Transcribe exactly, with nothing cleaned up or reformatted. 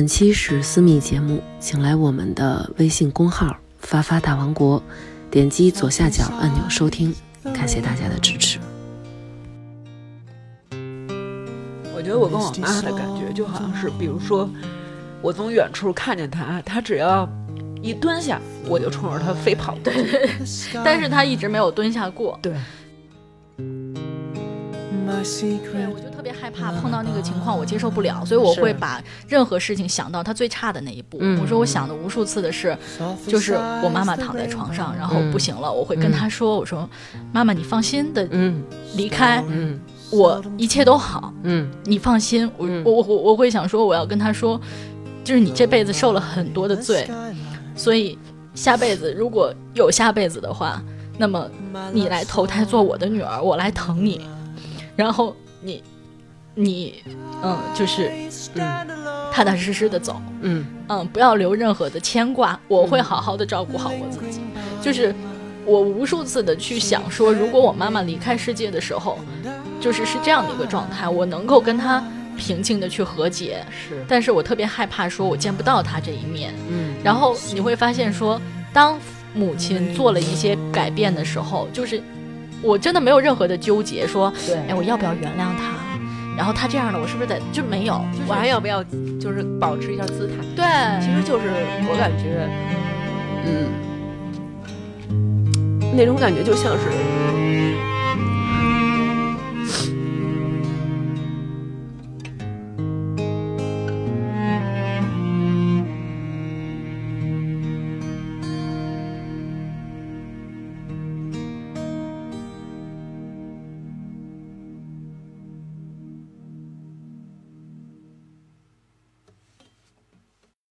本期是私密节目，请来我们的微信公号发发大王国，点击左下角按钮收听，感谢大家的支持。 我觉得我跟我妈的感觉就好像是，比如说我从远处看见她，她只要一蹲下，我就冲着她飞跑。 对，但是她一直没有蹲下过。 对。 对，我就特别害怕碰到那个情况，我接受不了，所以我会把任何事情想到它最差的那一步。我说我想的无数次的是，就是我妈妈躺在床上，然后不行了，我会跟她说，我说妈妈你放心的离开，嗯，我一切都好，嗯，你放心。我我我我会想说，我要跟她说，就是你这辈子受了很多的罪，所以下辈子如果有下辈子的话，那么你来投胎做我的女儿，我来疼你。然后你你嗯就是嗯踏踏实实的走，嗯嗯不要留任何的牵挂，我会好好的照顾好我自己。就是我无数次的去想说，如果我妈妈离开世界的时候就是是这样的一个状态，我能够跟她平静的去和解，是，但是我特别害怕说我见不到她这一面。嗯，然后你会发现说，当母亲做了一些改变的时候，就是我真的没有任何的纠结说，哎，我要不要原谅他？然后他这样了，我是不是得就没有？就是、 我还要不要就是保持一下姿态？ 对， 其实就是我感觉，嗯，那种感觉就像是